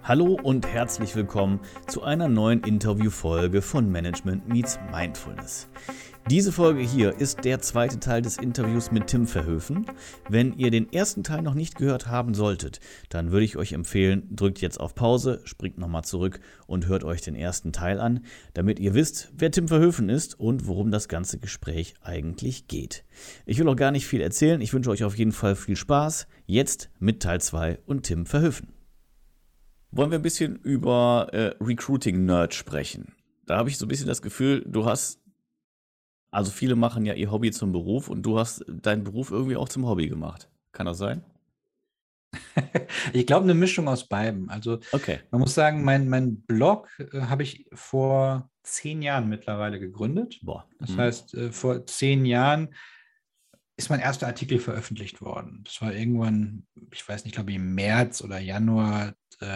Hallo und herzlich willkommen zu einer neuen Interviewfolge von Management Meets Mindfulness. Diese Folge hier ist der zweite Teil des Interviews mit Tim Verhoeven. Wenn ihr den ersten Teil noch nicht gehört haben solltet, dann würde ich euch empfehlen, drückt jetzt auf Pause, springt nochmal zurück und hört euch den ersten Teil an, damit ihr wisst, wer Tim Verhoeven ist und worum das ganze Gespräch eigentlich geht. Ich will auch gar nicht viel erzählen, ich wünsche euch auf jeden Fall viel Spaß. Jetzt mit Teil 2 und Tim Verhoeven. Wollen wir ein bisschen über Recruiting-Nerd sprechen? Da habe ich so ein bisschen das Gefühl, also viele machen ja ihr Hobby zum Beruf und du hast deinen Beruf irgendwie auch zum Hobby gemacht. Kann das sein? Ich glaube, eine Mischung aus beidem. Also Okay. man muss sagen, mein Blog habe ich vor 10 Jahren mittlerweile gegründet. Boah. Das heißt, vor 10 Jahren ist mein erster Artikel veröffentlicht worden. Das war irgendwann, ich weiß nicht, glaube ich, im März oder Januar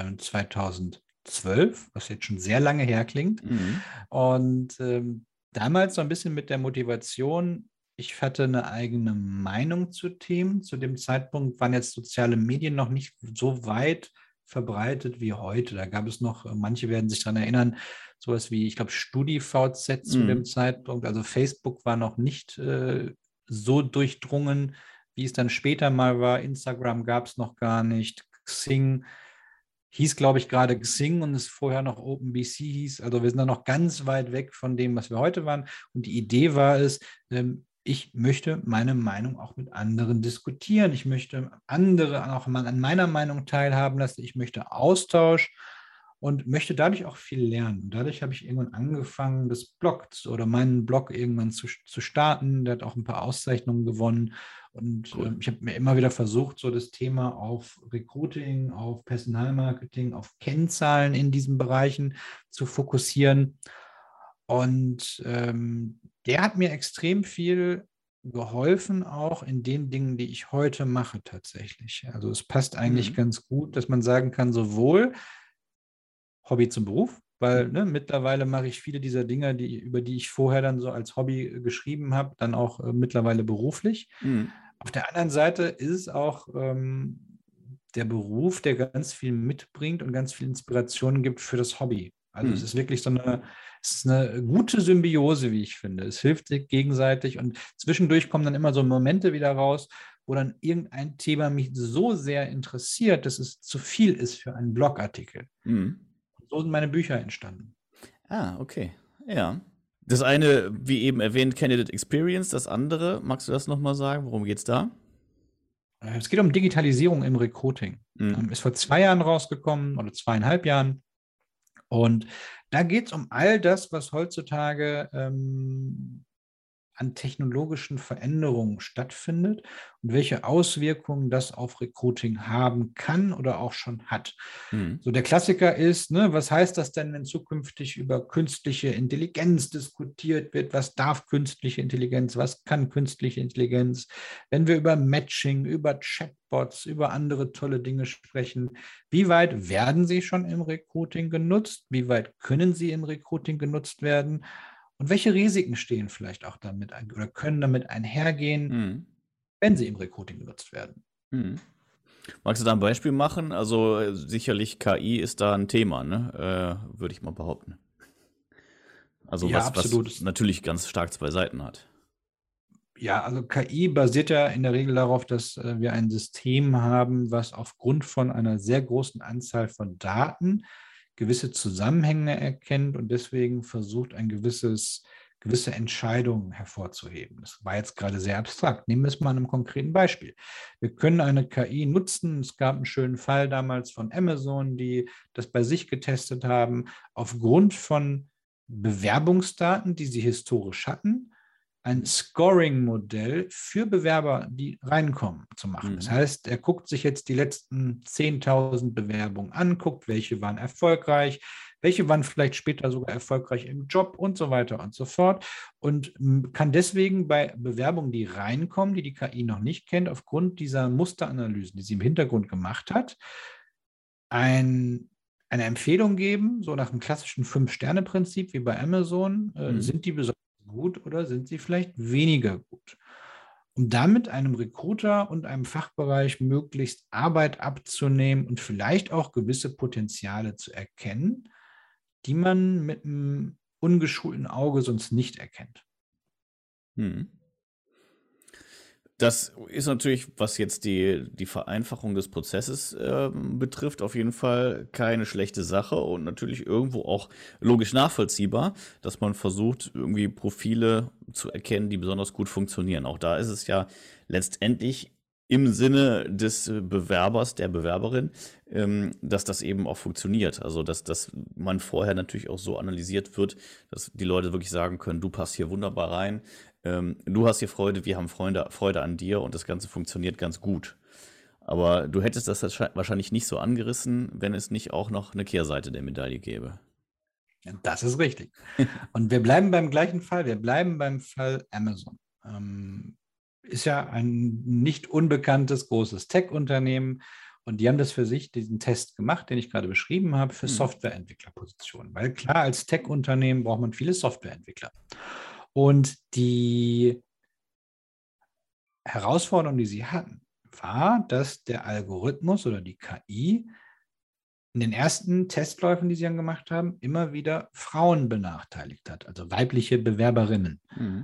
2012, was jetzt schon sehr lange her klingt. Mhm. Und damals so ein bisschen mit der Motivation, ich hatte eine eigene Meinung zu Themen. Zu dem Zeitpunkt waren jetzt soziale Medien noch nicht so weit verbreitet wie heute. Da gab es noch, manche werden sich daran erinnern, sowas wie, ich glaube, StudiVZ zu dem Zeitpunkt. Also Facebook war noch nicht so durchdrungen, wie es dann später mal war. Instagram gab es noch gar nicht. Xing hieß, glaube ich, gerade Xing und es vorher noch OpenBC hieß. Also wir sind da noch ganz weit weg von dem, was wir heute waren. Und die Idee war es, ich möchte meine Meinung auch mit anderen diskutieren. Ich möchte andere auch mal an meiner Meinung teilhaben lassen. Ich möchte Austausch und möchte dadurch auch viel lernen. Dadurch habe ich irgendwann angefangen, das Blog oder meinen Blog irgendwann zu starten. Der hat auch ein paar Auszeichnungen gewonnen. Und Cool. ich habe mir immer wieder versucht, so das Thema auf Recruiting, auf Personalmarketing, auf Kennzahlen in diesen Bereichen zu fokussieren. Und der hat mir extrem viel geholfen, auch in den Dingen, die ich heute mache tatsächlich. Also es passt eigentlich ganz gut, dass man sagen kann, sowohl Hobby zum Beruf, weil mittlerweile mache ich viele dieser Dinge, über die ich vorher dann so als Hobby geschrieben habe, dann auch mittlerweile beruflich. Mhm. Auf der anderen Seite ist es auch der Beruf, der ganz viel mitbringt und ganz viel Inspiration gibt für das Hobby. Also es Mhm. ist wirklich es ist eine gute Symbiose, wie ich finde. Es hilft sich gegenseitig und zwischendurch kommen dann immer so Momente wieder raus, wo dann irgendein Thema mich so sehr interessiert, dass es zu viel ist für einen Blogartikel. Mhm. So sind meine Bücher entstanden. Ah, okay. Ja. Das eine, wie eben erwähnt, Candidate Experience, das andere, magst du das nochmal sagen? Worum geht's da? Es geht um Digitalisierung im Recruiting. Mhm. Ist vor 2 Jahren rausgekommen oder 2,5 Jahren. Und da geht es um all das, was heutzutage an technologischen Veränderungen stattfindet und welche Auswirkungen das auf Recruiting haben kann oder auch schon hat. Mhm. So der Klassiker ist, ne, was heißt das denn, wenn zukünftig über künstliche Intelligenz diskutiert wird? Was darf künstliche Intelligenz? Was kann künstliche Intelligenz? Wenn wir über Matching, über Chatbots, über andere tolle Dinge sprechen, wie weit werden sie schon im Recruiting genutzt? Wie weit können sie im Recruiting genutzt werden? Und welche Risiken stehen vielleicht auch damit oder können damit einhergehen, Mhm. wenn sie im Recruiting genutzt werden? Mhm. Magst du da ein Beispiel machen? Also sicherlich KI ist da ein Thema, ne? Würde ich mal behaupten. Also Ja, was absolut. natürlich ganz stark zwei Seiten hat. Ja, also KI basiert ja in der Regel darauf, dass wir ein System haben, was aufgrund von einer sehr großen Anzahl von Daten gewisse Zusammenhänge erkennt und deswegen versucht, gewisse Entscheidungen hervorzuheben. Das war jetzt gerade sehr abstrakt. Nehmen wir es mal an einem konkreten Beispiel. Wir können eine KI nutzen. Es gab einen schönen Fall damals von Amazon, die das bei sich getestet haben, aufgrund von Bewerbungsdaten, die sie historisch hatten, ein Scoring-Modell für Bewerber, die reinkommen, zu machen. Das Mhm. heißt, er guckt sich jetzt die letzten 10.000 Bewerbungen an, guckt, welche waren erfolgreich, welche waren vielleicht später sogar erfolgreich im Job und so weiter und so fort und kann deswegen bei Bewerbungen, die reinkommen, die KI noch nicht kennt, aufgrund dieser Musteranalysen, die sie im Hintergrund gemacht hat, eine Empfehlung geben, so nach dem klassischen 5-Sterne-Prinzip wie bei Amazon. Mhm. Sind die besonders gut oder sind sie vielleicht weniger gut? um damit einem Recruiter und einem Fachbereich möglichst Arbeit abzunehmen und vielleicht auch gewisse Potenziale zu erkennen, die man mit einem ungeschulten Auge sonst nicht erkennt. Hm. Das ist natürlich, was jetzt die Vereinfachung des Prozesses betrifft, auf jeden Fall keine schlechte Sache und natürlich irgendwo auch logisch nachvollziehbar, dass man versucht, irgendwie Profile zu erkennen, die besonders gut funktionieren. Auch da ist es ja letztendlich im Sinne des Bewerbers, der Bewerberin, dass das eben auch funktioniert. Also, dass man vorher natürlich auch so analysiert wird, dass die Leute wirklich sagen können, du passt hier wunderbar rein, du hast hier Freude, wir haben Freude an dir und das Ganze funktioniert ganz gut. Aber du hättest das wahrscheinlich nicht so angerissen, wenn es nicht auch noch eine Kehrseite der Medaille gäbe. Das ist richtig. Und wir bleiben beim gleichen Fall. Wir bleiben beim Fall Amazon. Ist ja ein nicht unbekanntes großes Tech-Unternehmen und die haben das für sich, diesen Test gemacht, den ich gerade beschrieben habe, für Softwareentwicklerpositionen. Weil klar, als Tech-Unternehmen braucht man viele Softwareentwickler. Und die Herausforderung, die sie hatten, war, dass der Algorithmus oder die KI in den ersten Testläufen, die sie dann gemacht haben, immer wieder Frauen benachteiligt hat, also weibliche Bewerberinnen. Mhm.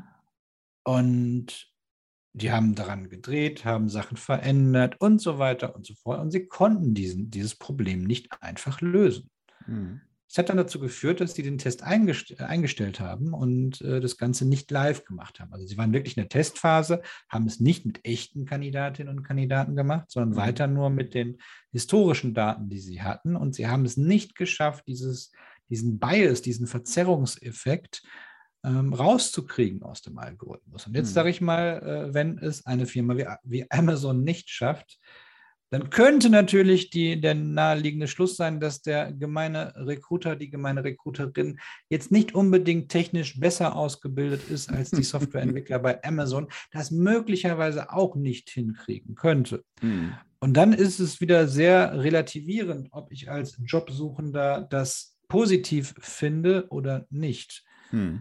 Und die haben daran gedreht, haben Sachen verändert und so weiter und so fort. Und sie konnten dieses Problem nicht einfach lösen. Mhm. Das hat dann dazu geführt, dass sie den Test eingestellt haben und das Ganze nicht live gemacht haben. Also sie waren wirklich in der Testphase, haben es nicht mit echten Kandidatinnen und Kandidaten gemacht, sondern weiter nur mit den historischen Daten, die sie hatten. Und sie haben es nicht geschafft, diesen Bias, diesen Verzerrungseffekt rauszukriegen aus dem Algorithmus. Und jetzt sage ich mal, wenn es eine Firma wie Amazon nicht schafft, dann könnte natürlich der naheliegende Schluss sein, dass der gemeine Recruiter, die gemeine Recruiterin jetzt nicht unbedingt technisch besser ausgebildet ist als die Softwareentwickler bei Amazon, das möglicherweise auch nicht hinkriegen könnte. Mhm. Und dann ist es wieder sehr relativierend, ob ich als Jobsuchender das positiv finde oder nicht. Mhm.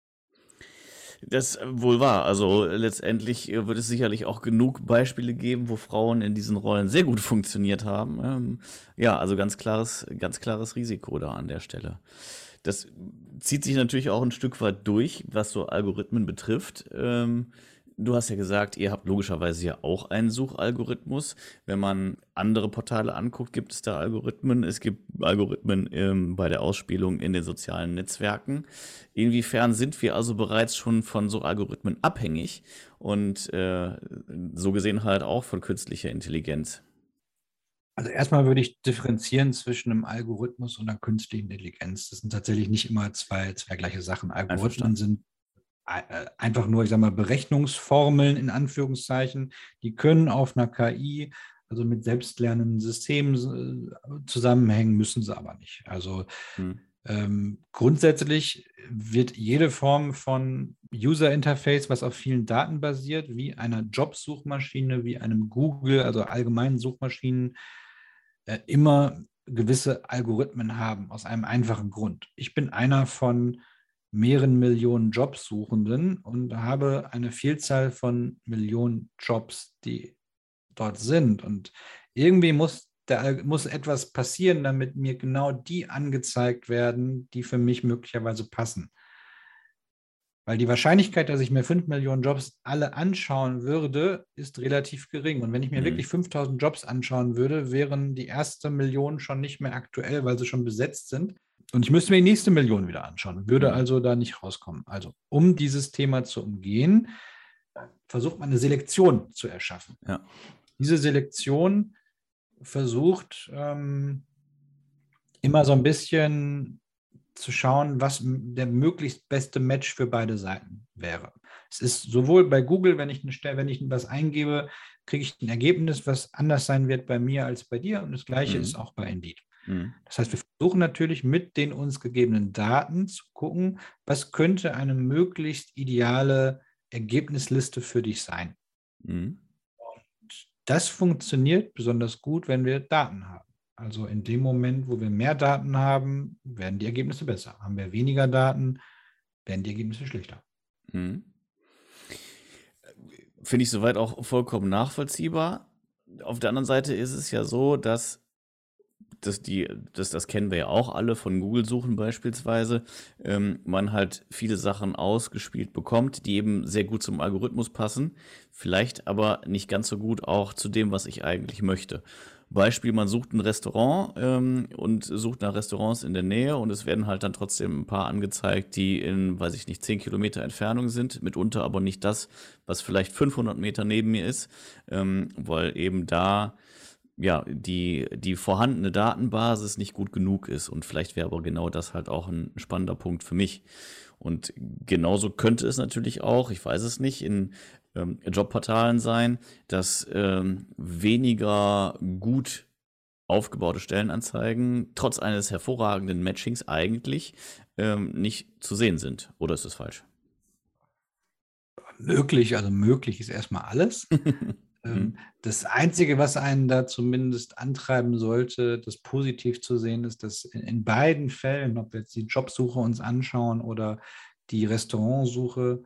Das wohl wahr. Also letztendlich wird es sicherlich auch genug Beispiele geben, wo Frauen in diesen Rollen sehr gut funktioniert haben. Ja, also ganz klares Risiko da an der Stelle. Das zieht sich natürlich auch ein Stück weit durch, was so Algorithmen betrifft. Du hast ja gesagt, ihr habt logischerweise ja auch einen Suchalgorithmus. Wenn man andere Portale anguckt, gibt es da Algorithmen. Es gibt Algorithmen bei der Ausspielung in den sozialen Netzwerken. Inwiefern sind wir also bereits schon von so Algorithmen abhängig und so gesehen halt auch von künstlicher Intelligenz? Also erstmal würde ich differenzieren zwischen einem Algorithmus und einer künstlichen Intelligenz. Das sind tatsächlich nicht immer zwei gleiche Sachen. Algorithmen sind einfach nur, ich sage mal, Berechnungsformeln in Anführungszeichen. Die können auf einer KI, also mit selbstlernenden Systemen zusammenhängen, müssen sie aber nicht. Also grundsätzlich wird jede Form von User Interface, was auf vielen Daten basiert, wie einer Jobsuchmaschine, wie einem Google, also allgemeinen Suchmaschinen, immer gewisse Algorithmen haben, aus einem einfachen Grund. Ich bin einer von mehreren Millionen Jobsuchenden und habe eine Vielzahl von Millionen Jobs, die dort sind. Und irgendwie muss etwas passieren, damit mir genau die angezeigt werden, die für mich möglicherweise passen. Weil die Wahrscheinlichkeit, dass ich mir 5 Millionen Jobs alle anschauen würde, ist relativ gering. Und wenn ich mir wirklich 5000 Jobs anschauen würde, wären die erste Million schon nicht mehr aktuell, weil sie schon besetzt sind. Und ich müsste mir die nächste Million wieder anschauen, würde also da nicht rauskommen. Also um dieses Thema zu umgehen, versucht man eine Selektion zu erschaffen. Ja. Diese Selektion versucht immer so ein bisschen zu schauen, was der möglichst beste Match für beide Seiten wäre. Es ist sowohl bei Google, wenn ich was eingebe, kriege ich ein Ergebnis, was anders sein wird bei mir als bei dir. Und das Gleiche ist auch bei Indeed. Das heißt, wir versuchen natürlich mit den uns gegebenen Daten zu gucken, was könnte eine möglichst ideale Ergebnisliste für dich sein. Und das funktioniert besonders gut, wenn wir Daten haben. Also in dem Moment, wo wir mehr Daten haben, werden die Ergebnisse besser. Haben wir weniger Daten, werden die Ergebnisse schlechter. Finde ich soweit auch vollkommen nachvollziehbar. Auf der anderen Seite ist es ja so, das kennen wir ja auch alle von Google-Suchen beispielsweise, man halt viele Sachen ausgespielt bekommt, die eben sehr gut zum Algorithmus passen, vielleicht aber nicht ganz so gut auch zu dem, was ich eigentlich möchte. Beispiel, man sucht ein Restaurant und sucht nach Restaurants in der Nähe und es werden halt dann trotzdem ein paar angezeigt, die in, weiß ich nicht, 10 Kilometer Entfernung sind, mitunter aber nicht das, was vielleicht 500 Meter neben mir ist, weil eben da ja, die vorhandene Datenbasis nicht gut genug ist. Und vielleicht wäre aber genau das halt auch ein spannender Punkt für mich. Und genauso könnte es natürlich auch, ich weiß es nicht, in Jobportalen sein, dass weniger gut aufgebaute Stellenanzeigen trotz eines hervorragenden Matchings eigentlich nicht zu sehen sind. Oder ist es falsch? Möglich, also möglich ist erstmal alles. Hm. Das Einzige, was einen da zumindest antreiben sollte, das positiv zu sehen, ist, dass in beiden Fällen, ob wir jetzt die Jobsuche uns anschauen oder die Restaurantsuche,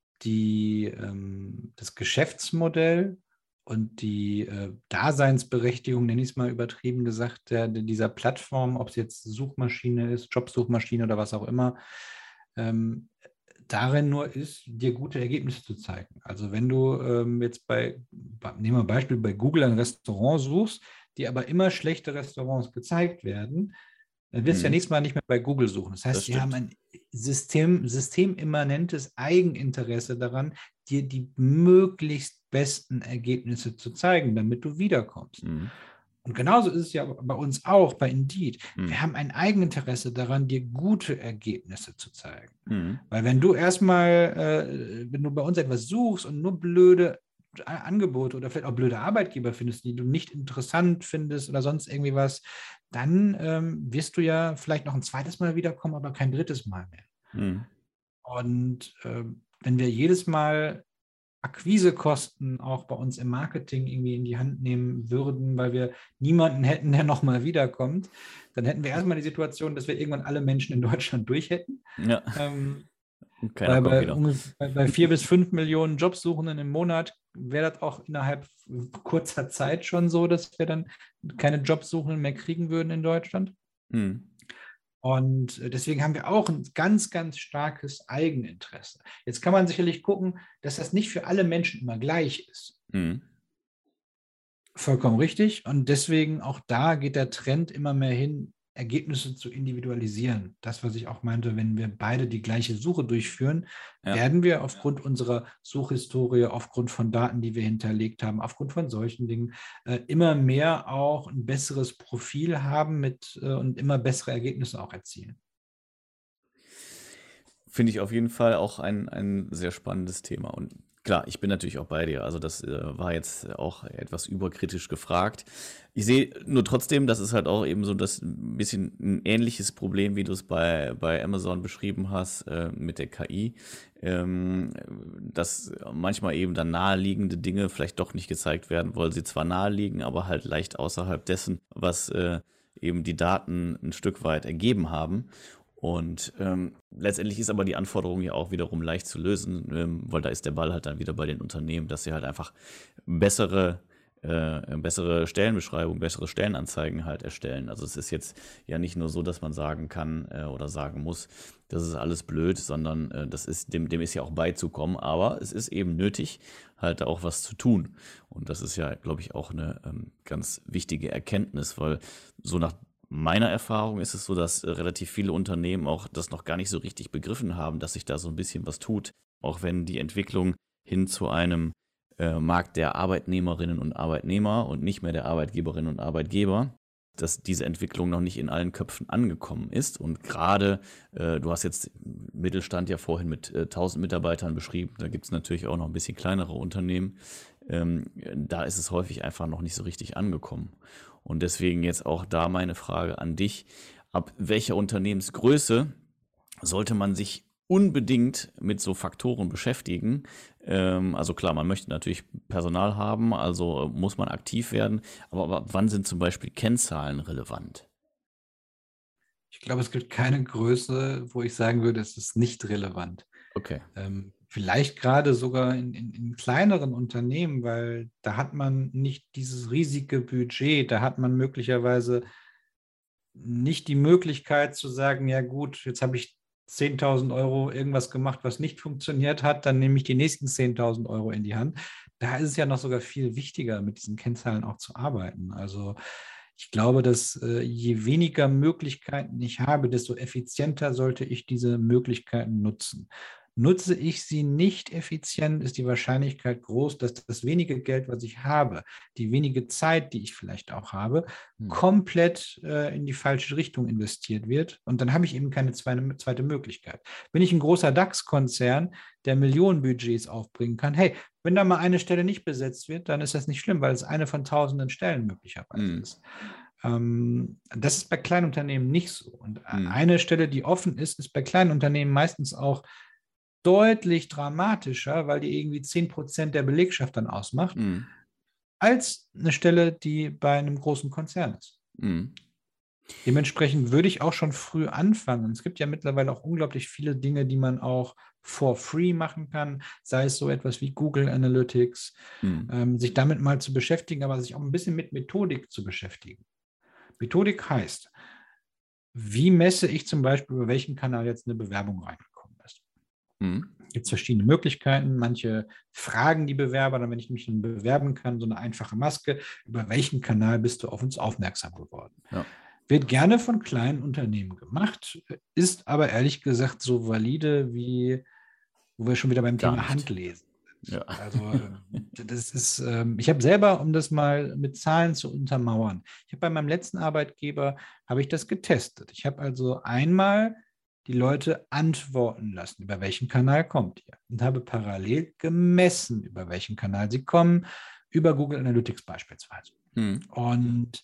das Geschäftsmodell und die Daseinsberechtigung, nenne ich es mal übertrieben gesagt, dieser Plattform, ob es jetzt Suchmaschine ist, Jobsuchmaschine oder was auch immer, ähm, darin nur ist, dir gute Ergebnisse zu zeigen. Also wenn du jetzt nehmen wir ein Beispiel, bei Google ein Restaurant suchst, die aber immer schlechte Restaurants gezeigt werden, dann wirst du ja Hm. nächstes Mal nicht mehr bei Google suchen. Das Das heißt, sie haben stimmt. ein systemimmanentes Eigeninteresse daran, dir die möglichst besten Ergebnisse zu zeigen, damit du wiederkommst. Hm. Und genauso ist es ja bei uns auch, bei Indeed. Hm. Wir haben ein Eigeninteresse daran, dir gute Ergebnisse zu zeigen. Hm. Weil wenn du wenn du bei uns etwas suchst und nur blöde Angebote oder vielleicht auch blöde Arbeitgeber findest, die du nicht interessant findest oder sonst irgendwie was, dann wirst du ja vielleicht noch ein zweites Mal wiederkommen, aber kein drittes Mal mehr. Hm. Und wenn wir jedes Mal Akquisekosten auch bei uns im Marketing irgendwie in die Hand nehmen würden, weil wir niemanden hätten, der nochmal wiederkommt, dann hätten wir erstmal die Situation, dass wir irgendwann alle Menschen in Deutschland durch hätten. Ja, und keiner Weil kommt wieder. bei 4 bis 5 Millionen Jobsuchenden im Monat wäre das auch innerhalb kurzer Zeit schon so, dass wir dann keine Jobsuchenden mehr kriegen würden in Deutschland. Hm. Und deswegen haben wir auch ein ganz, ganz starkes Eigeninteresse. Jetzt kann man sicherlich gucken, dass das nicht für alle Menschen immer gleich ist. Hm. Vollkommen richtig. Und deswegen auch da geht der Trend immer mehr hin, Ergebnisse zu individualisieren. Das, was ich auch meinte, wenn wir beide die gleiche Suche durchführen, Ja. werden wir aufgrund unserer Suchhistorie, aufgrund von Daten, die wir hinterlegt haben, aufgrund von solchen Dingen, immer mehr auch ein besseres Profil haben und immer bessere Ergebnisse auch erzielen. Finde ich auf jeden Fall auch ein sehr spannendes Thema. Und klar, ich bin natürlich auch bei dir. Also das war jetzt auch etwas überkritisch gefragt. Ich sehe nur trotzdem, das ist halt auch eben so das ein bisschen ein ähnliches Problem, wie du es bei Amazon beschrieben hast mit der KI, dass manchmal eben dann naheliegende Dinge vielleicht doch nicht gezeigt werden, weil sie zwar naheliegen, aber halt leicht außerhalb dessen, was eben die Daten ein Stück weit ergeben haben. Und letztendlich ist aber die Anforderung ja auch wiederum leicht zu lösen, weil da ist der Ball halt dann wieder bei den Unternehmen, dass sie halt einfach bessere Stellenbeschreibungen, bessere Stellenanzeigen halt erstellen. Also es ist jetzt ja nicht nur so, dass man sagen kann oder sagen muss, das ist alles blöd, sondern dem ist ja auch beizukommen. Aber es ist eben nötig, halt auch was zu tun. Und das ist ja, glaube ich, auch eine ganz wichtige Erkenntnis, weil so nach meiner Erfahrung ist es so, dass relativ viele Unternehmen auch das noch gar nicht so richtig begriffen haben, dass sich da so ein bisschen was tut, auch wenn die Entwicklung hin zu einem Markt der Arbeitnehmerinnen und Arbeitnehmer und nicht mehr der Arbeitgeberinnen und Arbeitgeber, dass diese Entwicklung noch nicht in allen Köpfen angekommen ist. Und gerade, du hast jetzt Mittelstand ja vorhin mit 1000 Mitarbeitern beschrieben, da gibt es natürlich auch noch ein bisschen kleinere Unternehmen. Da ist es häufig einfach noch nicht so richtig angekommen. Und deswegen jetzt auch da meine Frage an dich. Ab welcher Unternehmensgröße sollte man sich unbedingt mit so Faktoren beschäftigen? Also klar, man möchte natürlich Personal haben, also muss man aktiv werden. Aber wann sind zum Beispiel Kennzahlen relevant? Ich glaube, es gibt keine Größe, wo ich sagen würde, es ist nicht relevant. Okay. Vielleicht gerade sogar in kleineren Unternehmen, weil da hat man nicht dieses riesige Budget, da hat man möglicherweise nicht die Möglichkeit zu sagen, ja gut, jetzt habe ich 10.000 Euro irgendwas gemacht, was nicht funktioniert hat, dann nehme ich die nächsten 10.000 Euro in die Hand. Da ist es ja noch sogar viel wichtiger, mit diesen Kennzahlen auch zu arbeiten. Also ich glaube, dass je weniger Möglichkeiten ich habe, desto effizienter sollte ich diese Möglichkeiten nutzen. Nutze ich sie nicht effizient, ist die Wahrscheinlichkeit groß, dass das wenige Geld, was ich habe, die wenige Zeit, die ich vielleicht auch habe, komplett in die falsche Richtung investiert wird. Und dann habe ich eben keine zweite Möglichkeit. Bin ich ein großer DAX-Konzern, der Millionenbudgets aufbringen kann, hey, wenn da mal eine Stelle nicht besetzt wird, dann ist das nicht schlimm, weil es eine von tausenden Stellen möglicherweise ist. Das ist bei kleinen Unternehmen nicht so. Und eine Stelle, die offen ist, ist bei kleinen Unternehmen meistens auch deutlich dramatischer, weil die irgendwie 10% der Belegschaft dann ausmacht, als eine Stelle, die bei einem großen Konzern ist. Dementsprechend würde ich auch schon früh anfangen. Es gibt ja mittlerweile auch unglaublich viele Dinge, die man auch for free machen kann, sei es so etwas wie Google Analytics, sich damit mal zu beschäftigen, aber sich auch ein bisschen mit Methodik zu beschäftigen. Methodik heißt, wie messe ich zum Beispiel, über welchen Kanal jetzt eine Bewerbung reingekommen ist. Gibt es verschiedene Möglichkeiten. Manche fragen die Bewerber, dann, wenn ich mich dann bewerben kann, so eine einfache Maske, über welchen Kanal bist du auf uns aufmerksam geworden. Ja. Wird gerne von kleinen Unternehmen gemacht, ist aber ehrlich gesagt so valide, wie wo wir schon wieder beim Thema Handlesen sind. Ja. Also das ist, ich habe selber, um das mal mit Zahlen zu untermauern, ich habe bei meinem letzten Arbeitgeber, habe ich das getestet. Ich habe also einmal die Leute antworten lassen, über welchen Kanal kommt ihr, und habe parallel gemessen, über welchen Kanal sie kommen, über Google Analytics beispielsweise. Und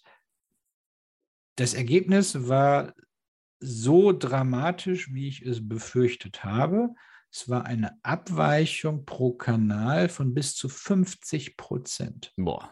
das Ergebnis war so dramatisch, wie ich es befürchtet habe. Es war eine Abweichung pro Kanal von bis zu 50%. Boah.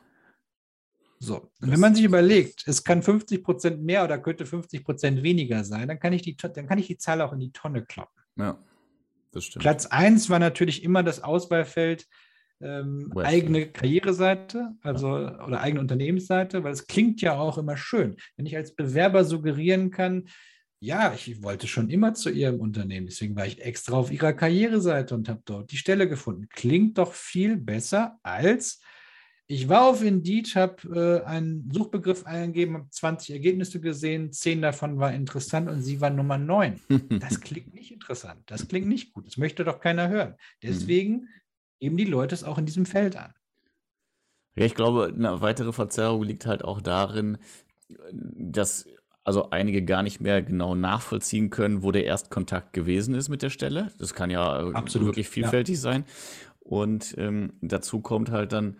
So, und wenn man sich überlegt, es kann 50% mehr oder könnte 50% weniger sein, dann kann ich die Zahl auch in die Tonne kloppen. Ja, das stimmt. Platz 1 war natürlich immer das Auswahlfeld eigene Karriereseite, oder eigene Unternehmensseite, weil es klingt ja auch immer schön. Wenn ich als Bewerber suggerieren kann, ja, ich wollte schon immer zu Ihrem Unternehmen, deswegen war ich extra auf Ihrer Karriereseite und habe dort die Stelle gefunden. Klingt doch viel besser als ich war auf Indeed, habe einen Suchbegriff eingegeben, habe 20 Ergebnisse gesehen, 10 davon waren interessant und Sie waren Nummer 9. Das klingt nicht interessant, das klingt nicht gut, das möchte doch keiner hören. Deswegen geben die Leute es auch in diesem Feld an. Ja, ich glaube, eine weitere Verzerrung liegt halt auch darin, dass also einige gar nicht mehr genau nachvollziehen können, wo der Erstkontakt gewesen ist mit der Stelle. Das kann ja absolut wirklich vielfältig sein. Und dazu kommt halt dann,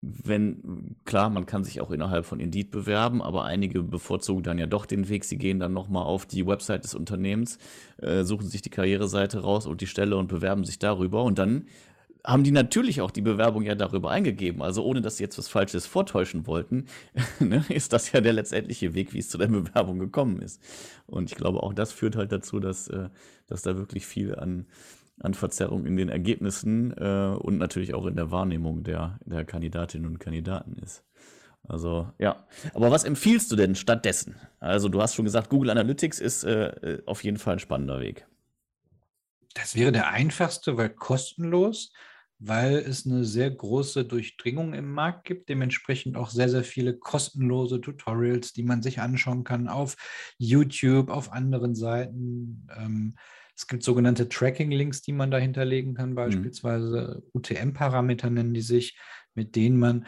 klar, man kann sich auch innerhalb von Indeed bewerben, aber einige bevorzugen dann ja doch den Weg, sie gehen dann nochmal auf die Website des Unternehmens, suchen sich die Karriereseite raus und die Stelle und bewerben sich darüber, und dann haben die natürlich auch die Bewerbung ja darüber eingegeben, also ohne dass sie jetzt was Falsches vortäuschen wollten, ne, ist das ja der letztendliche Weg, wie es zu der Bewerbung gekommen ist. Und ich glaube, auch das führt halt dazu, dass da wirklich viel an Verzerrung in den Ergebnissen und natürlich auch in der Wahrnehmung der Kandidatinnen und Kandidaten ist. Also ja, aber was empfiehlst du denn stattdessen? Also du hast schon gesagt, Google Analytics ist auf jeden Fall ein spannender Weg. Das wäre der einfachste, weil kostenlos, weil es eine sehr große Durchdringung im Markt gibt, dementsprechend auch sehr, sehr viele kostenlose Tutorials, die man sich anschauen kann auf YouTube, auf anderen Seiten. Es gibt sogenannte Tracking-Links, die man da hinterlegen kann, beispielsweise UTM-Parameter nennen die sich, mit denen man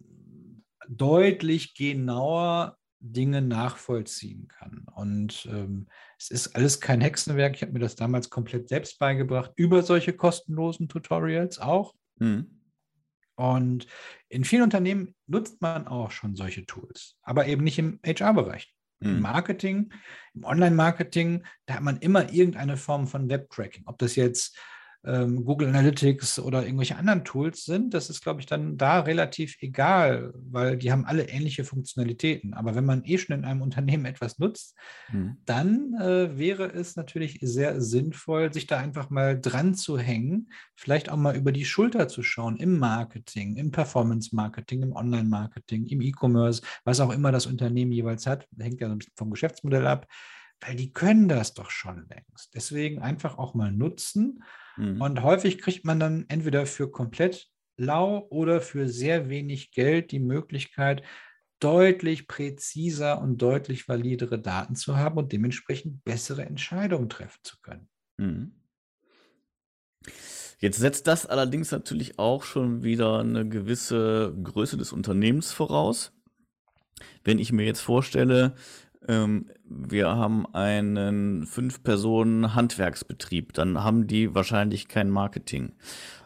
deutlich genauer Dinge nachvollziehen kann. Und es ist alles kein Hexenwerk. Ich habe mir das damals komplett selbst beigebracht, über solche kostenlosen Tutorials auch. Und in vielen Unternehmen nutzt man auch schon solche Tools, aber eben nicht im HR-Bereich. Im Marketing, im Online-Marketing, da hat man immer irgendeine Form von Web-Tracking. Ob das jetzt Google Analytics oder irgendwelche anderen Tools sind, das ist, glaube ich, dann da relativ egal, weil die haben alle ähnliche Funktionalitäten. Aber wenn man schon in einem Unternehmen etwas nutzt, Mhm. dann wäre es natürlich sehr sinnvoll, sich da einfach mal dran zu hängen, vielleicht auch mal über die Schulter zu schauen im Marketing, im Performance-Marketing, im Online-Marketing, im E-Commerce, was auch immer das Unternehmen jeweils hat, hängt ja so ein bisschen vom Geschäftsmodell ab, weil die können das doch schon längst. Deswegen einfach auch mal nutzen. Mhm. Und häufig kriegt man dann entweder für komplett lau oder für sehr wenig Geld die Möglichkeit, deutlich präziser und deutlich validere Daten zu haben und dementsprechend bessere Entscheidungen treffen zu können. Mhm. Jetzt setzt das allerdings natürlich auch schon wieder eine gewisse Größe des Unternehmens voraus. Wenn ich mir jetzt vorstelle, wir haben einen 5-Personen-Handwerksbetrieb, dann haben die wahrscheinlich kein Marketing.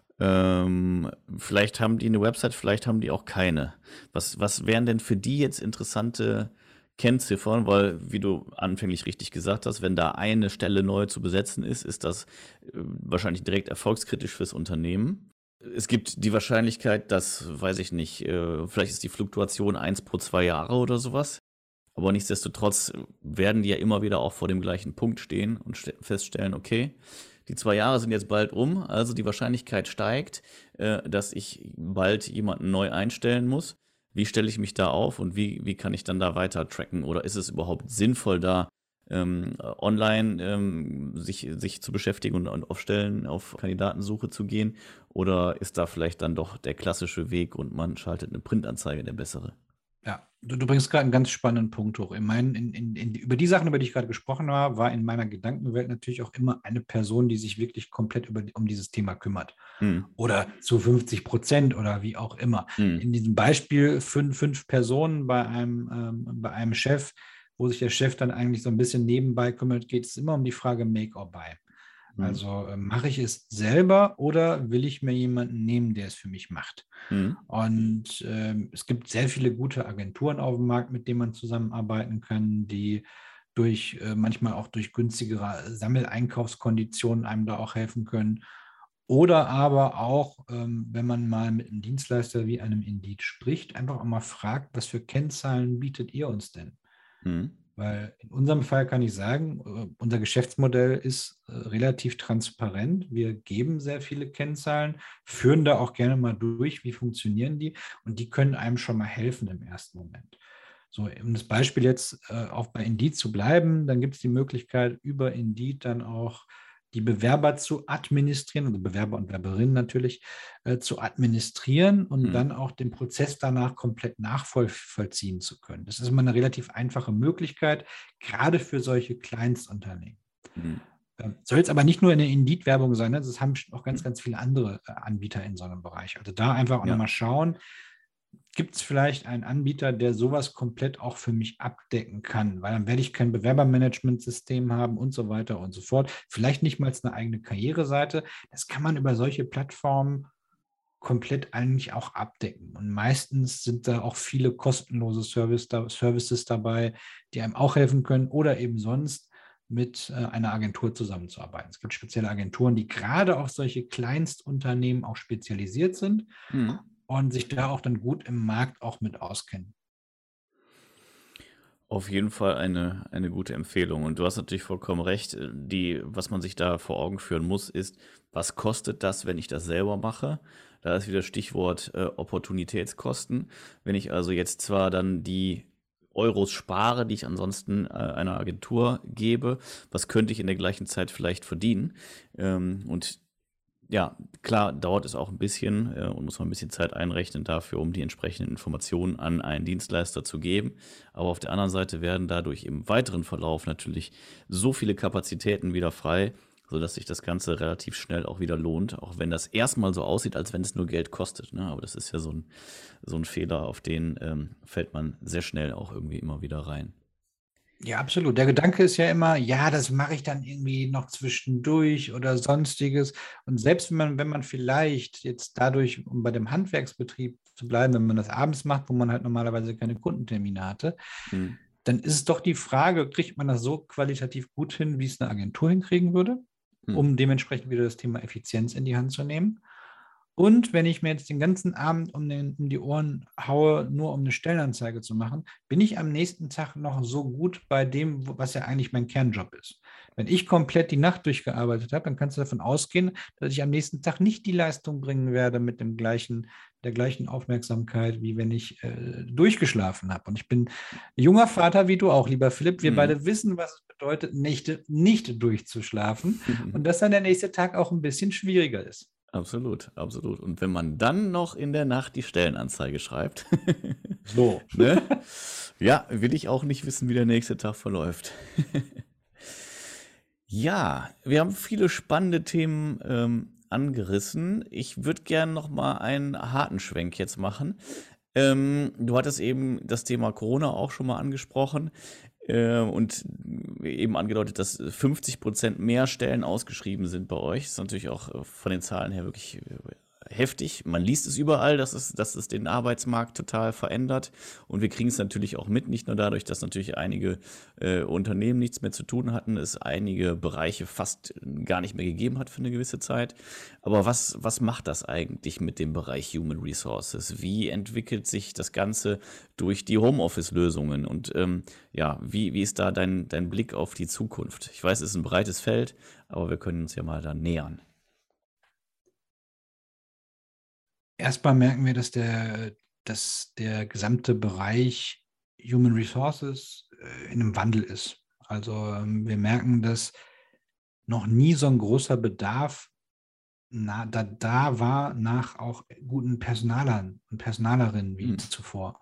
Vielleicht haben die eine Website, vielleicht haben die auch keine. Was wären denn für die jetzt interessante Kennziffern? Weil, wie du anfänglich richtig gesagt hast, wenn da eine Stelle neu zu besetzen ist, ist das wahrscheinlich direkt erfolgskritisch fürs Unternehmen. Es gibt die Wahrscheinlichkeit, dass, weiß ich nicht, vielleicht ist die Fluktuation 1 pro 2 Jahre oder sowas. Aber nichtsdestotrotz werden die ja immer wieder auch vor dem gleichen Punkt stehen und feststellen, okay, die 2 Jahre sind jetzt bald also die Wahrscheinlichkeit steigt, dass ich bald jemanden neu einstellen muss. Wie stelle ich mich da auf und wie kann ich dann da weiter tracken? Oder ist es überhaupt sinnvoll, da online sich zu beschäftigen und auf Kandidatensuche zu gehen? Oder ist da vielleicht dann doch der klassische Weg und man schaltet eine Printanzeige der bessere? Ja, du bringst gerade einen ganz spannenden Punkt hoch. Über die Sachen, über die ich gerade gesprochen habe, war in meiner Gedankenwelt natürlich auch immer eine Person, die sich wirklich komplett um dieses Thema kümmert. Hm. Oder zu 50% oder wie auch immer. Hm. In diesem Beispiel fünf Personen bei einem Chef, wo sich der Chef dann eigentlich so ein bisschen nebenbei kümmert, geht es immer um die Frage Make or Buy. Hm. Also mache ich es selber oder will ich mir jemanden nehmen, der es für mich macht? Hm. Und es gibt sehr viele gute Agenturen auf dem Markt, mit denen man zusammenarbeiten kann, die manchmal auch durch günstigere Sammeleinkaufskonditionen einem da auch helfen können. Oder aber auch, wenn man mal mit einem Dienstleister wie einem Indeed spricht, einfach auch mal fragt, was für Kennzahlen bietet ihr uns denn? Hm. Weil in unserem Fall kann ich sagen, unser Geschäftsmodell ist relativ transparent. Wir geben sehr viele Kennzahlen, führen da auch gerne mal durch, wie funktionieren die und die können einem schon mal helfen im ersten Moment. So, um das Beispiel jetzt auch bei Indeed zu bleiben, dann gibt es die Möglichkeit, über Indeed dann auch die Bewerber zu administrieren, also Bewerber und Werberinnen natürlich, zu administrieren und dann auch den Prozess danach komplett nachvollziehen zu können. Das ist immer eine relativ einfache Möglichkeit, gerade für solche Kleinstunternehmen. Hm. Soll jetzt aber nicht nur eine Indeed-Werbung sein, ne? Das haben auch ganz, ganz viele andere Anbieter in so einem Bereich. Also da einfach auch nochmal schauen, gibt es vielleicht einen Anbieter, der sowas komplett auch für mich abdecken kann, weil dann werde ich kein Bewerbermanagementsystem haben und so weiter und so fort. Vielleicht nicht mal eine eigene Karriereseite. Das kann man über solche Plattformen komplett eigentlich auch abdecken. Und meistens sind da auch viele kostenlose Services dabei, die einem auch helfen können oder eben sonst mit einer Agentur zusammenzuarbeiten. Es gibt spezielle Agenturen, die gerade auf solche Kleinstunternehmen auch spezialisiert sind. Und sich da auch dann gut im Markt auch mit auskennen. Auf jeden Fall eine gute Empfehlung. Und du hast natürlich vollkommen recht. Was man sich da vor Augen führen muss, ist, was kostet das, wenn ich das selber mache? Da ist wieder Stichwort Opportunitätskosten. Wenn ich also jetzt zwar dann die Euros spare, die ich ansonsten einer Agentur gebe, was könnte ich in der gleichen Zeit vielleicht verdienen? Und ja, klar, dauert es auch ein bisschen und muss man ein bisschen Zeit einrechnen dafür, um die entsprechenden Informationen an einen Dienstleister zu geben. Aber auf der anderen Seite werden dadurch im weiteren Verlauf natürlich so viele Kapazitäten wieder frei, sodass sich das Ganze relativ schnell auch wieder lohnt, auch wenn das erstmal so aussieht, als wenn es nur Geld kostet. Ne? Aber das ist ja so ein Fehler, auf den fällt man sehr schnell auch irgendwie immer wieder rein. Ja, absolut. Der Gedanke ist ja immer, ja, das mache ich dann irgendwie noch zwischendurch oder sonstiges. Und selbst wenn man vielleicht jetzt dadurch, um bei dem Handwerksbetrieb zu bleiben, wenn man das abends macht, wo man halt normalerweise keine Kundentermine hatte, dann ist es doch die Frage, kriegt man das so qualitativ gut hin, wie es eine Agentur hinkriegen würde? um dementsprechend wieder das Thema Effizienz in die Hand zu nehmen. Und wenn ich mir jetzt den ganzen Abend um die Ohren haue, nur um eine Stellenanzeige zu machen, bin ich am nächsten Tag noch so gut bei dem, was ja eigentlich mein Kernjob ist. Wenn ich komplett die Nacht durchgearbeitet habe, dann kannst du davon ausgehen, dass ich am nächsten Tag nicht die Leistung bringen werde mit der gleichen Aufmerksamkeit, wie wenn ich durchgeschlafen habe. Und ich bin junger Vater, wie du auch, lieber Philipp. Wir beide wissen, was es bedeutet, Nächte nicht durchzuschlafen und dass dann der nächste Tag auch ein bisschen schwieriger ist. Absolut, absolut. Und wenn man dann noch in der Nacht die Stellenanzeige schreibt, So. ne? Ja, will ich auch nicht wissen, wie der nächste Tag verläuft. Ja, wir haben viele spannende Themen angerissen. Ich würde gerne noch mal einen harten Schwenk jetzt machen. Du hattest eben das Thema Corona auch schon mal angesprochen und eben angedeutet, dass 50% mehr Stellen ausgeschrieben sind bei euch. Das ist natürlich auch von den Zahlen her wirklich heftig. Man liest es überall, dass es den Arbeitsmarkt total verändert. Und wir kriegen es natürlich auch mit, nicht nur dadurch, dass natürlich einige Unternehmen nichts mehr zu tun hatten, es einige Bereiche fast gar nicht mehr gegeben hat für eine gewisse Zeit. Aber was macht das eigentlich mit dem Bereich Human Resources? Wie entwickelt sich das Ganze durch die Homeoffice-Lösungen? Und ja, wie ist da dein Blick auf die Zukunft? Ich weiß, es ist ein breites Feld, aber wir können uns ja mal da nähern. Erstmal merken wir, dass der gesamte Bereich Human Resources in einem Wandel ist. Also wir merken, dass noch nie so ein großer Bedarf da war nach auch guten Personalern und Personalerinnen wie zuvor.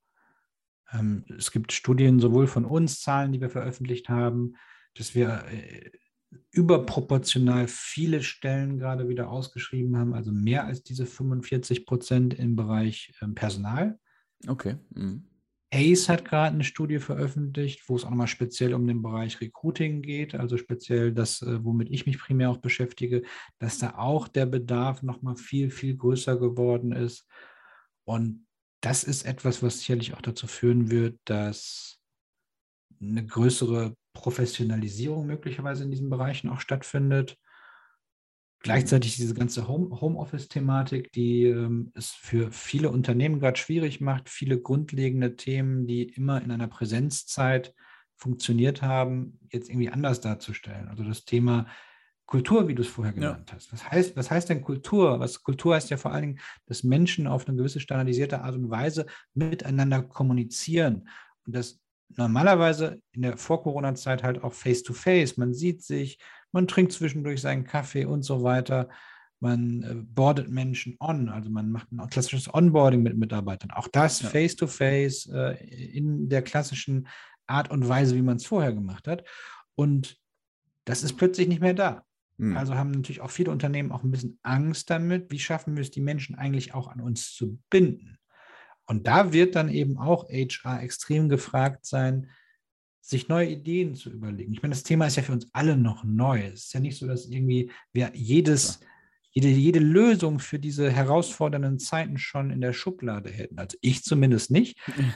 Es gibt Studien sowohl von uns, Zahlen, die wir veröffentlicht haben, dass wir überproportional viele Stellen gerade wieder ausgeschrieben haben, also mehr als diese 45% im Bereich Personal. Okay. ACE hat gerade eine Studie veröffentlicht, wo es auch nochmal speziell um den Bereich Recruiting geht, also speziell das, womit ich mich primär auch beschäftige, dass da auch der Bedarf nochmal viel, viel größer geworden ist. Und das ist etwas, was sicherlich auch dazu führen wird, dass eine größere Professionalisierung möglicherweise in diesen Bereichen auch stattfindet. Gleichzeitig diese ganze Homeoffice-Thematik, die es für viele Unternehmen gerade schwierig macht, viele grundlegende Themen, die immer in einer Präsenzzeit funktioniert haben, jetzt irgendwie anders darzustellen. Also das Thema Kultur, wie du es vorher genannt hast. Was heißt denn Kultur? Kultur heißt ja vor allen Dingen, dass Menschen auf eine gewisse standardisierte Art und Weise miteinander kommunizieren. Und das normalerweise in der Vor-Corona-Zeit halt auch face-to-face. Man sieht sich, man trinkt zwischendurch seinen Kaffee und so weiter. Man boardet Menschen on, also man macht ein klassisches Onboarding mit Mitarbeitern. Auch das face-to-face in der klassischen Art und Weise, wie man es vorher gemacht hat. Und das ist plötzlich nicht mehr da. Also haben natürlich auch viele Unternehmen auch ein bisschen Angst damit, wie schaffen wir es, die Menschen eigentlich auch an uns zu binden. Und da wird dann eben auch HR extrem gefragt sein, sich neue Ideen zu überlegen. Ich meine, das Thema ist ja für uns alle noch neu. Es ist ja nicht so, dass irgendwie wir jede Lösung für diese herausfordernden Zeiten schon in der Schublade hätten. Also ich zumindest nicht.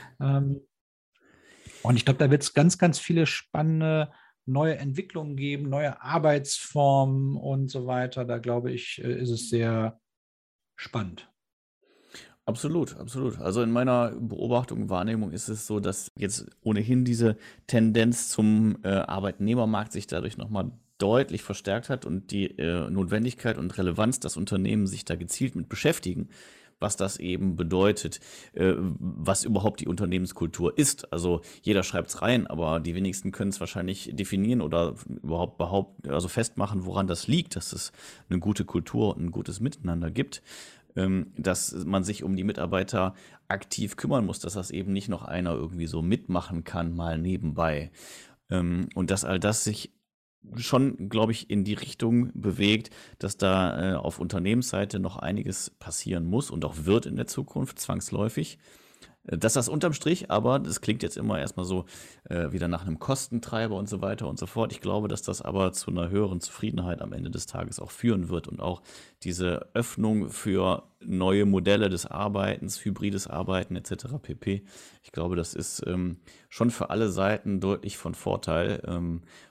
Und ich glaube, da wird es ganz, ganz viele spannende neue Entwicklungen geben, neue Arbeitsformen und so weiter. Da glaube ich, ist es sehr spannend. Absolut, absolut. Also in meiner Beobachtung, Wahrnehmung ist es so, dass jetzt ohnehin diese Tendenz zum Arbeitnehmermarkt sich dadurch nochmal deutlich verstärkt hat und die Notwendigkeit und Relevanz, dass Unternehmen sich da gezielt mit beschäftigen, was das eben bedeutet, was überhaupt die Unternehmenskultur ist. Also jeder schreibt es rein, aber die wenigsten können es wahrscheinlich definieren oder überhaupt behaupten, also festmachen, woran das liegt, dass es eine gute Kultur und ein gutes Miteinander gibt, dass man sich um die Mitarbeiter aktiv kümmern muss, dass das eben nicht noch einer irgendwie so mitmachen kann, mal nebenbei. Und dass all das sich schon, glaube ich, in die Richtung bewegt, dass da auf Unternehmensseite noch einiges passieren muss und auch wird in der Zukunft, zwangsläufig. Dass das unterm Strich, aber das klingt jetzt immer erstmal so wieder nach einem Kostentreiber und so weiter und so fort. Ich glaube, dass das aber zu einer höheren Zufriedenheit am Ende des Tages auch führen wird und auch diese Öffnung für neue Modelle des Arbeitens, hybrides Arbeiten etc. pp. Ich glaube, das ist schon für alle Seiten deutlich von Vorteil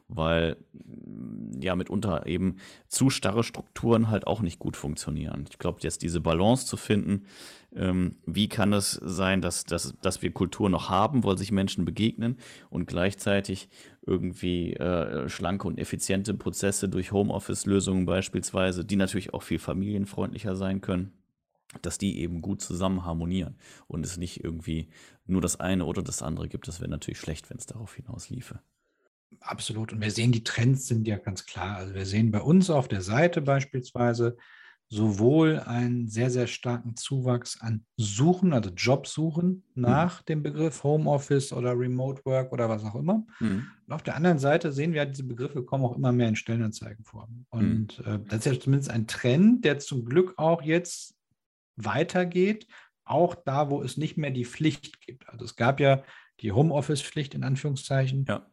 weil ja mitunter eben zu starre Strukturen halt auch nicht gut funktionieren. Ich glaube, jetzt diese Balance zu finden, wie kann es sein, dass wir Kultur noch haben, weil sich Menschen begegnen und gleichzeitig irgendwie schlanke und effiziente Prozesse durch Homeoffice-Lösungen beispielsweise, die natürlich auch viel familienfreundlicher sein können, dass die eben gut zusammen harmonieren und es nicht irgendwie nur das eine oder das andere gibt. Das wäre natürlich schlecht, wenn es darauf hinaus liefe. Absolut. Und wir sehen, die Trends sind ja ganz klar. Also wir sehen bei uns auf der Seite beispielsweise sowohl einen sehr, sehr starken Zuwachs an Suchen, also Jobsuchen nach dem Begriff Homeoffice oder Remote Work oder was auch immer. Mhm. Und auf der anderen Seite sehen wir, diese Begriffe kommen auch immer mehr in Stellenanzeigen vor. Und das ist ja zumindest ein Trend, der zum Glück auch jetzt weitergeht, auch da, wo es nicht mehr die Pflicht gibt. Also es gab ja die Homeoffice-Pflicht in Anführungszeichen. Ja.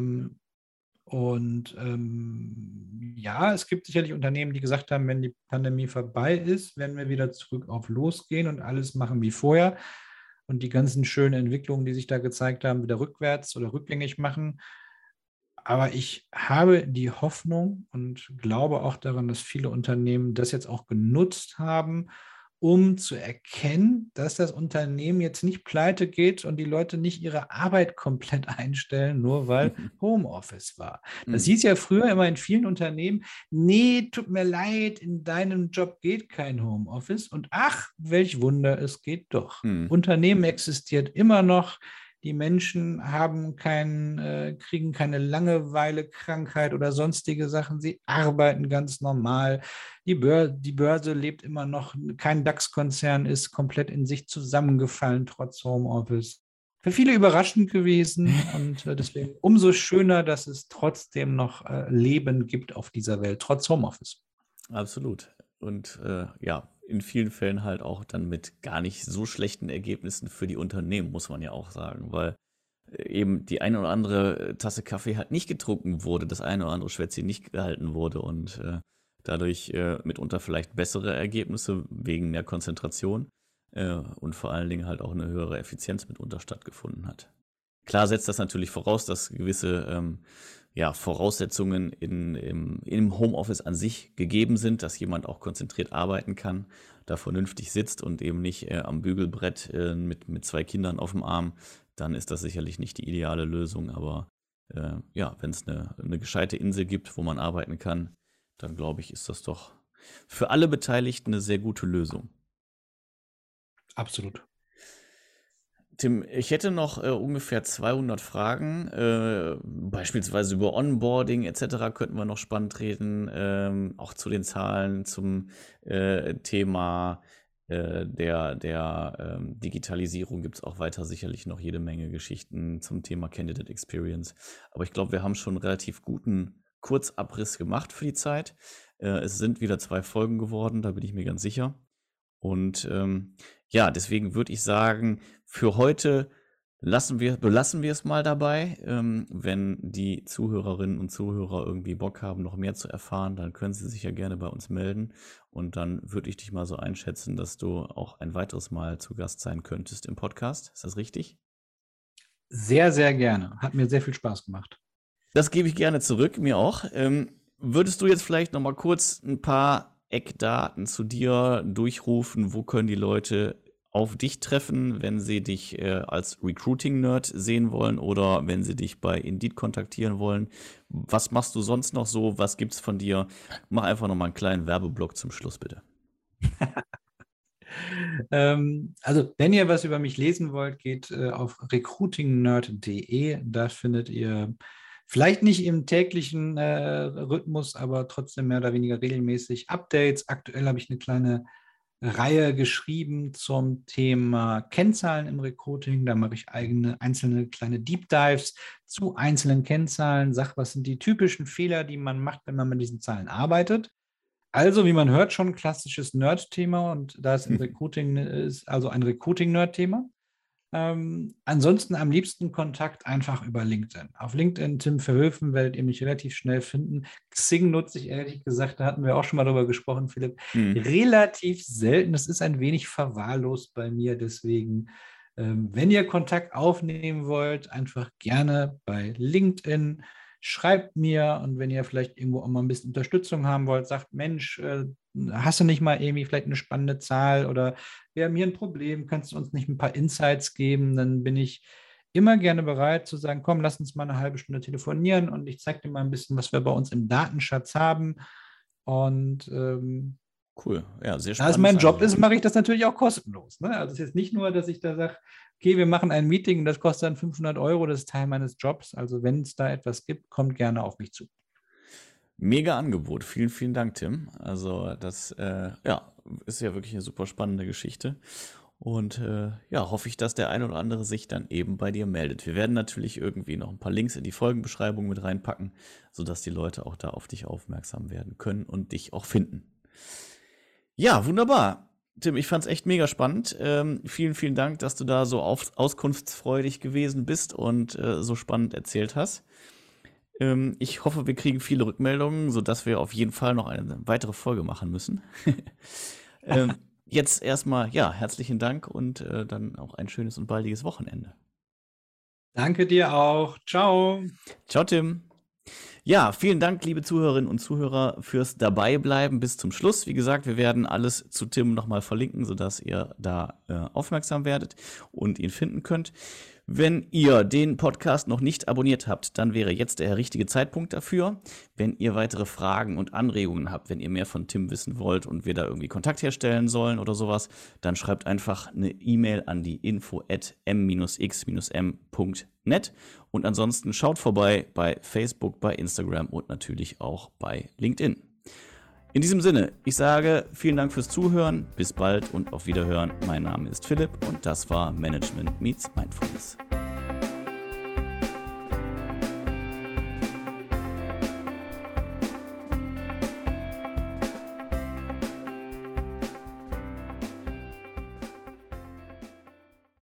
Ja, es gibt sicherlich Unternehmen, die gesagt haben, wenn die Pandemie vorbei ist, werden wir wieder zurück auf losgehen und alles machen wie vorher und die ganzen schönen Entwicklungen, die sich da gezeigt haben, wieder rückwärts oder rückgängig machen. Aber ich habe die Hoffnung und glaube auch daran, dass viele Unternehmen das jetzt auch genutzt haben, um zu erkennen, dass das Unternehmen jetzt nicht pleite geht und die Leute nicht ihre Arbeit komplett einstellen, nur weil Homeoffice war. Das hieß ja früher immer in vielen Unternehmen, nee, tut mir leid, in deinem Job geht kein Homeoffice. Und ach, welch Wunder, es geht doch. Unternehmen existiert immer noch. Die Menschen kriegen keine Langeweile, Krankheit oder sonstige Sachen. Sie arbeiten ganz normal. Die Börse lebt immer noch. Kein DAX-Konzern ist komplett in sich zusammengefallen, trotz Homeoffice. Für viele überraschend gewesen und deswegen umso schöner, dass es trotzdem noch Leben gibt auf dieser Welt, trotz Homeoffice. Absolut. Und ja, in vielen Fällen halt auch dann mit gar nicht so schlechten Ergebnissen für die Unternehmen, muss man ja auch sagen, weil eben die eine oder andere Tasse Kaffee halt nicht getrunken wurde, das eine oder andere Schwätzchen nicht gehalten wurde und dadurch mitunter vielleicht bessere Ergebnisse wegen der Konzentration und vor allen Dingen halt auch eine höhere Effizienz mitunter stattgefunden hat. Klar setzt das natürlich voraus, dass gewisse Voraussetzungen im Homeoffice an sich gegeben sind, dass jemand auch konzentriert arbeiten kann, da vernünftig sitzt und eben nicht am Bügelbrett mit 2 Kindern auf dem Arm, dann ist das sicherlich nicht die ideale Lösung. Aber wenn es eine gescheite Insel gibt, wo man arbeiten kann, dann glaube ich, ist das doch für alle Beteiligten eine sehr gute Lösung. Absolut. Tim, ich hätte noch ungefähr 200 Fragen, beispielsweise über Onboarding etc. könnten wir noch spannend reden, auch zu den Zahlen, zum Thema der Digitalisierung gibt es auch weiter sicherlich noch jede Menge Geschichten zum Thema Candidate Experience. Aber ich glaube, wir haben schon einen relativ guten Kurzabriss gemacht für die Zeit. Es sind wieder 2 Folgen geworden, da bin ich mir ganz sicher. Und deswegen würde ich sagen, für heute belassen wir es mal dabei. Wenn die Zuhörerinnen und Zuhörer irgendwie Bock haben, noch mehr zu erfahren, dann können sie sich ja gerne bei uns melden. Und dann würde ich dich mal so einschätzen, dass du auch ein weiteres Mal zu Gast sein könntest im Podcast. Ist das richtig? Sehr, sehr gerne. Hat mir sehr viel Spaß gemacht. Das gebe ich gerne zurück, mir auch. Würdest du jetzt vielleicht noch mal kurz ein paar Eckdaten zu dir durchrufen? Wo können die Leute auf dich treffen, wenn sie dich als Recruiting-Nerd sehen wollen oder wenn sie dich bei Indeed kontaktieren wollen? Was machst du sonst noch so? Was gibt's von dir? Mach einfach noch mal einen kleinen Werbeblock zum Schluss, bitte. Also, wenn ihr was über mich lesen wollt, geht auf recruitingnerd.de. Da findet ihr vielleicht nicht im täglichen Rhythmus, aber trotzdem mehr oder weniger regelmäßig Updates. Aktuell habe ich eine kleine Reihe geschrieben zum Thema Kennzahlen im Recruiting. Da mache ich einzelne kleine Deep Dives zu einzelnen Kennzahlen, sage, was sind die typischen Fehler, die man macht, wenn man mit diesen Zahlen arbeitet. Also, wie man hört, schon ein klassisches Nerd-Thema und da es im Recruiting ist, also ein Recruiting-Nerd-Thema. Ansonsten am liebsten Kontakt einfach über LinkedIn. Auf LinkedIn Tim Verhöfen werdet ihr mich relativ schnell finden. Xing nutze ich ehrlich gesagt, da hatten wir auch schon mal drüber gesprochen, Philipp, relativ selten. Das ist ein wenig verwahrlost bei mir, deswegen, wenn ihr Kontakt aufnehmen wollt, einfach gerne bei LinkedIn schreibt mir, und wenn ihr vielleicht irgendwo auch mal ein bisschen Unterstützung haben wollt, sagt, Mensch, hast du nicht mal irgendwie vielleicht eine spannende Zahl oder wir haben hier ein Problem, kannst du uns nicht ein paar Insights geben, dann bin ich immer gerne bereit zu sagen, komm, lass uns mal eine halbe Stunde telefonieren und ich zeige dir mal ein bisschen, was wir bei uns im Datenschatz haben. Und cool, ja, sehr da es spannend. mein Job ist, mache ich das natürlich auch kostenlos. Ne? Also es ist jetzt nicht nur, dass ich da sage, okay, wir machen ein Meeting und das kostet dann 500 €, das ist Teil meines Jobs. Also wenn es da etwas gibt, kommt gerne auf mich zu. Mega Angebot. Vielen, vielen Dank, Tim. Also das ist ja wirklich eine super spannende Geschichte. Und hoffe ich, dass der ein oder andere sich dann eben bei dir meldet. Wir werden natürlich irgendwie noch ein paar Links in die Folgenbeschreibung mit reinpacken, sodass die Leute auch da auf dich aufmerksam werden können und dich auch finden. Ja, wunderbar. Tim, ich fand es echt mega spannend. Vielen, vielen Dank, dass du da so auskunftsfreudig gewesen bist und so spannend erzählt hast. Ich hoffe, wir kriegen viele Rückmeldungen, sodass wir auf jeden Fall noch eine weitere Folge machen müssen. Jetzt erstmal, herzlichen Dank und dann auch ein schönes und baldiges Wochenende. Danke dir auch. Ciao. Ciao, Tim. Ja, vielen Dank, liebe Zuhörerinnen und Zuhörer, fürs Dabeibleiben bis zum Schluss. Wie gesagt, wir werden alles zu Tim nochmal verlinken, sodass ihr da aufmerksam werdet und ihn finden könnt. Wenn ihr den Podcast noch nicht abonniert habt, dann wäre jetzt der richtige Zeitpunkt dafür. Wenn ihr weitere Fragen und Anregungen habt, wenn ihr mehr von Tim wissen wollt und wir da irgendwie Kontakt herstellen sollen oder sowas, dann schreibt einfach eine E-Mail an die info@m-x-m.net und ansonsten schaut vorbei bei Facebook, bei Instagram und natürlich auch bei LinkedIn. In diesem Sinne, ich sage vielen Dank fürs Zuhören, bis bald und auf Wiederhören. Mein Name ist Philipp und das war Management Meets Mindfulness.